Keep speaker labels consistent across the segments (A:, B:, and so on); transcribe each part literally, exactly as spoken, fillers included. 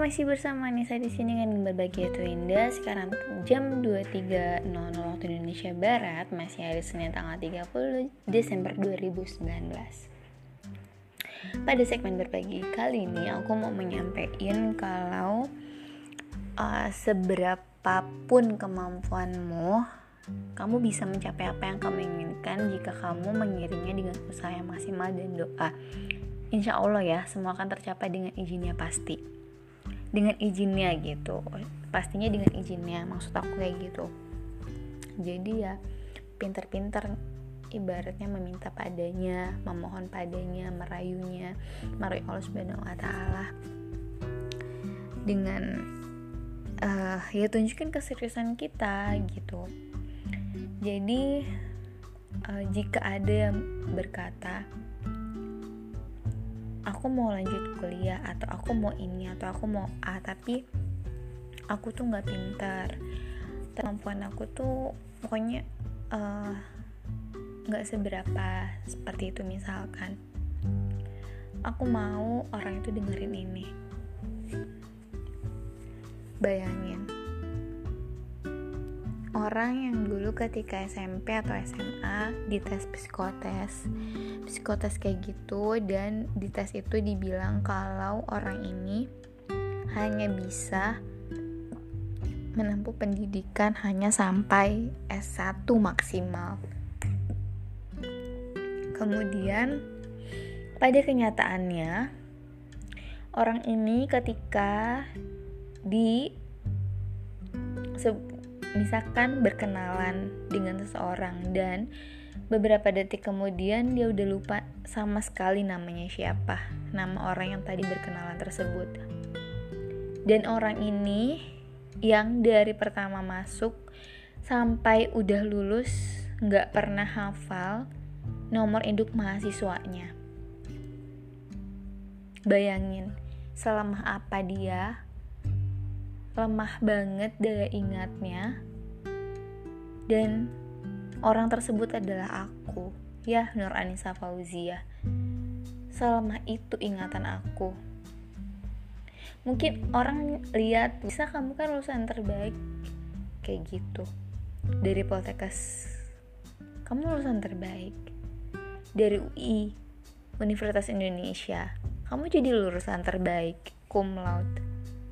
A: masih bersama Nisa di sini dengan berbagi itu indah. Sekarang jam dua puluh tiga nol nol waktu Indonesia Barat. Masih hari Senin tanggal tiga puluh Desember dua ribu sembilan belas. Pada segmen berbagi kali ini aku mau menyampaikan kalau uh, seberapapun kemampuanmu, kamu bisa mencapai apa yang kamu inginkan jika kamu mengiringnya dengan usaha yang maksimal dan doa. Insya Allah ya, semua akan tercapai dengan izinnya pasti. Dengan izinnya gitu, pastinya dengan izinnya, maksud aku kayak gitu. Jadi ya pintar-pintar, ibaratnya meminta padanya, memohon padanya, merayunya, merayu Allah Subhanahu wa Ta'ala dengan uh, ya tunjukin keseriusan kita gitu. Jadi uh, jika ada yang berkata, aku mau lanjut kuliah, atau aku mau ini, atau aku mau A, tapi aku tuh gak pintar, kemampuan aku tuh pokoknya uh, gak seberapa, seperti itu misalkan. Aku mau orang itu dengerin ini. Bayangin, orang yang dulu ketika S M P atau S M A dites psikotes psikotes kayak gitu, dan di tes itu dibilang kalau orang ini hanya bisa menempuh pendidikan hanya sampai S satu maksimal. Kemudian pada kenyataannya orang ini ketika di misalkan berkenalan dengan seseorang, dan beberapa detik kemudian dia udah lupa sama sekali namanya siapa, nama orang yang tadi berkenalan tersebut. Dan orang ini yang dari pertama masuk sampai udah lulus gak pernah hafal nomor induk mahasiswanya. Bayangin selemah apa dia, lemah banget daya ingatnya. Dan orang tersebut adalah aku, ya Nur Anissa Fauzia. Selemah itu ingatan aku. Mungkin orang lihat, bisa kamu kan lulusan terbaik, kayak gitu. Dari Poltekkes, kamu lulusan terbaik. Dari U I, Universitas Indonesia, kamu jadi lulusan terbaik, cum laude.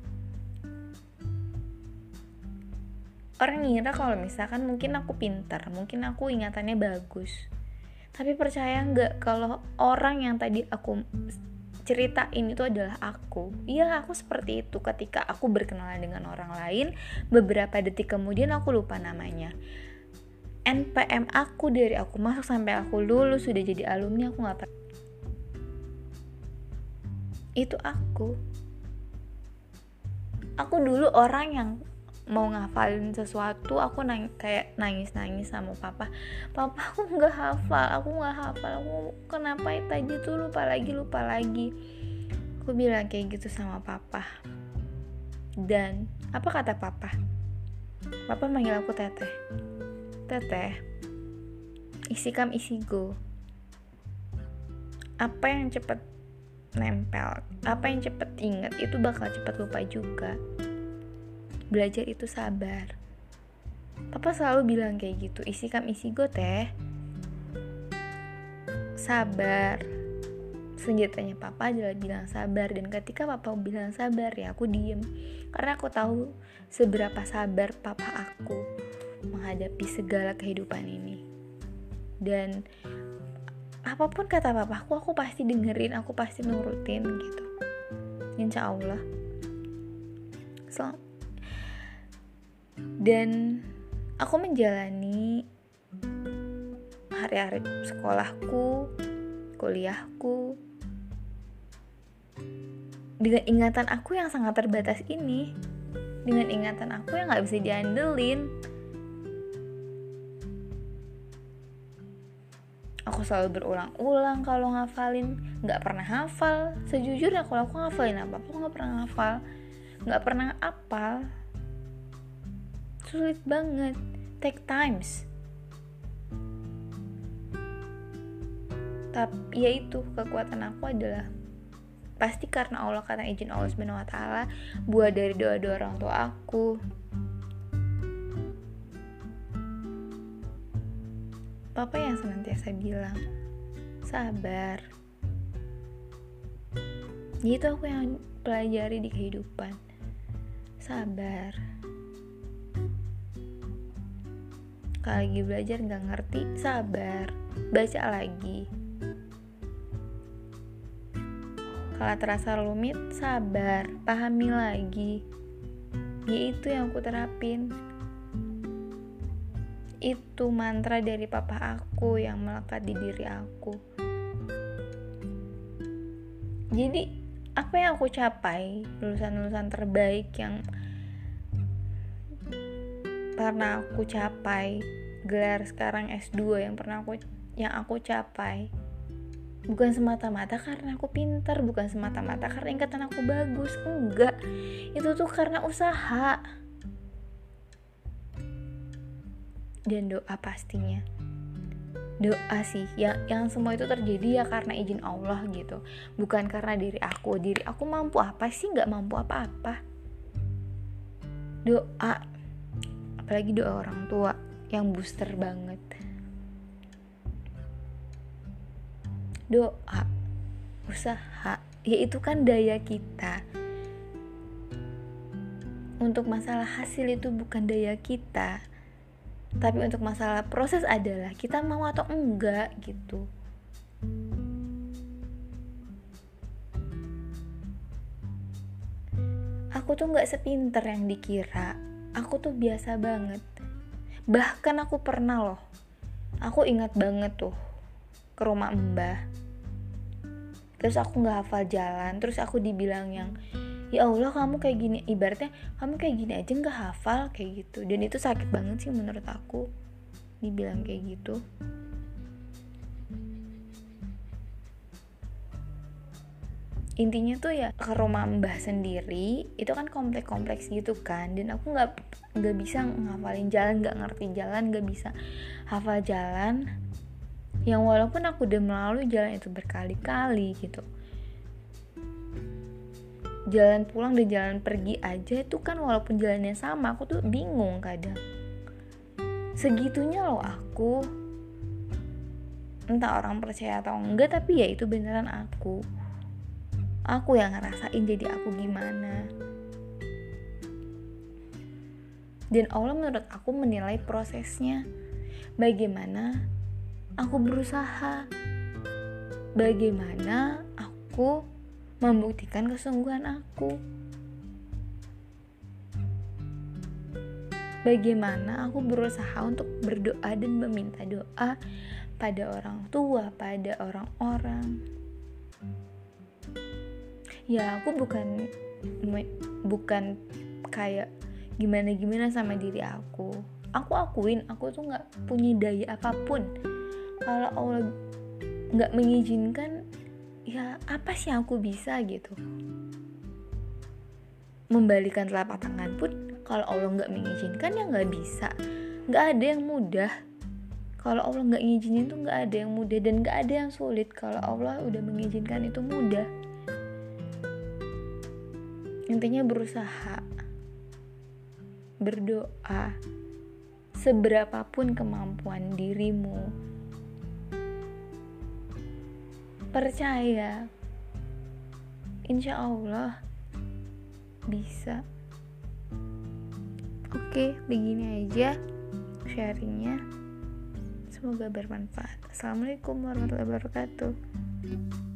A: Orang ngira kalau misalkan mungkin aku pintar, mungkin aku ingatannya bagus. Tapi percaya nggak kalau orang yang tadi aku ceritain itu adalah aku. Iya, aku seperti itu ketika aku berkenalan dengan orang lain. Beberapa detik kemudian aku lupa namanya. N P M aku dari aku masuk sampai aku lulus sudah jadi alumni, aku nggak pernah. Itu aku. Aku dulu orang yang mau ngafalin sesuatu, aku nang- kayak nangis-nangis sama papa. Papa, aku nggak hafal, aku nggak hafal, aku kenapa tadi tuh lupa lagi, lupa lagi. Aku bilang kayak gitu sama papa. Dan apa kata papa? Papa manggil aku teteh. Teteh, isi kam isi go. Apa yang cepet nempel, apa yang cepet inget, itu bakal cepet lupa juga. Belajar itu sabar. Papa selalu bilang kayak gitu, isi kam isi go teh. Sabar. Senjatanya papa adalah bilang sabar. Dan ketika papa bilang sabar, ya aku diem. Karena aku tahu seberapa sabar papa aku menghadapi segala kehidupan ini. Dan apapun kata papaku, aku pasti dengerin, aku pasti nurutin gitu. Insya Allah. Selamat. Dan aku menjalani hari-hari sekolahku, kuliahku dengan ingatan aku yang sangat terbatas ini, dengan ingatan aku yang gak bisa diandelin. Aku selalu berulang-ulang kalau ngafalin, gak pernah hafal. Sejujurnya kalau aku ngafalin apa, aku gak pernah hafal, gak pernah apal. Sulit banget, take times. Tapi ya itu, kekuatan aku adalah pasti karena Allah, karena izin Allah Subhanahu wa taala, buah dari doa-doa orang tua aku. Papa yang senantiasa bilang, sabar. Gitu aku yang pelajari di kehidupan. Sabar. Kalau lagi belajar gak ngerti, sabar, baca lagi. Kalau terasa rumit, sabar, pahami lagi. Ya itu yang aku terapin. Itu mantra dari papa aku yang melekat di diri aku. Jadi apa yang aku capai, lulusan-lulusan terbaik yang pernah aku capai, gelar sekarang S dua yang pernah aku yang aku capai, bukan semata-mata karena aku pintar, bukan semata-mata karena ingatan aku bagus, enggak. Itu tuh karena usaha dan doa pastinya. Doa sih, yang yang semua itu terjadi ya karena izin Allah gitu, bukan karena diri aku. Diri aku mampu apa sih? Nggak mampu apa-apa. Doa, apalagi doa orang tua yang booster banget. Doa, usaha, ya itu kan daya kita. Untuk masalah hasil itu bukan daya kita, tapi untuk masalah proses adalah kita mau atau enggak gitu. Aku tuh gak sepinter yang dikira. Aku tuh biasa banget. Bahkan aku pernah loh, aku ingat banget tuh ke rumah mbah. Terus aku gak hafal jalan. Terus aku dibilang yang, ya Allah kamu kayak gini, ibaratnya kamu kayak gini aja gak hafal, kayak gitu. Dan itu sakit banget sih menurut aku, dibilang kayak gitu. Intinya tuh ya ke rumah mbah sendiri itu kan kompleks-kompleks gitu kan, dan aku nggak nggak bisa ngafalin jalan, nggak ngerti jalan, nggak bisa hafal jalan. Yang walaupun aku udah melalui jalan itu berkali-kali gitu, jalan pulang dan jalan pergi aja itu kan walaupun jalannya sama, aku tuh bingung kadang. Segitunya loh aku, entah orang percaya atau enggak, tapi ya itu beneran aku. Aku yang ngerasain jadi aku gimana. Dan Allah menurut aku menilai prosesnya. Bagaimana aku berusaha, bagaimana aku membuktikan kesungguhan aku, bagaimana aku berusaha untuk berdoa dan meminta doa pada orang tua, pada orang-orang. Ya aku bukan bukan kayak gimana-gimana sama diri aku. Aku akuin aku tuh gak punya daya apapun. Kalau Allah gak mengizinkan, ya apa sih yang aku bisa gitu. Membalikan telapak tangan pun kalau Allah gak mengizinkan ya gak bisa. Gak ada yang mudah. Kalau Allah gak ngizinin tuh gak ada yang mudah, dan gak ada yang sulit. Kalau Allah udah mengizinkan itu mudah. Intinya berusaha, berdoa, seberapapun kemampuan dirimu. Percaya, insya Allah bisa. Oke, begini aja sharingnya. Semoga bermanfaat. Assalamualaikum warahmatullahi wabarakatuh.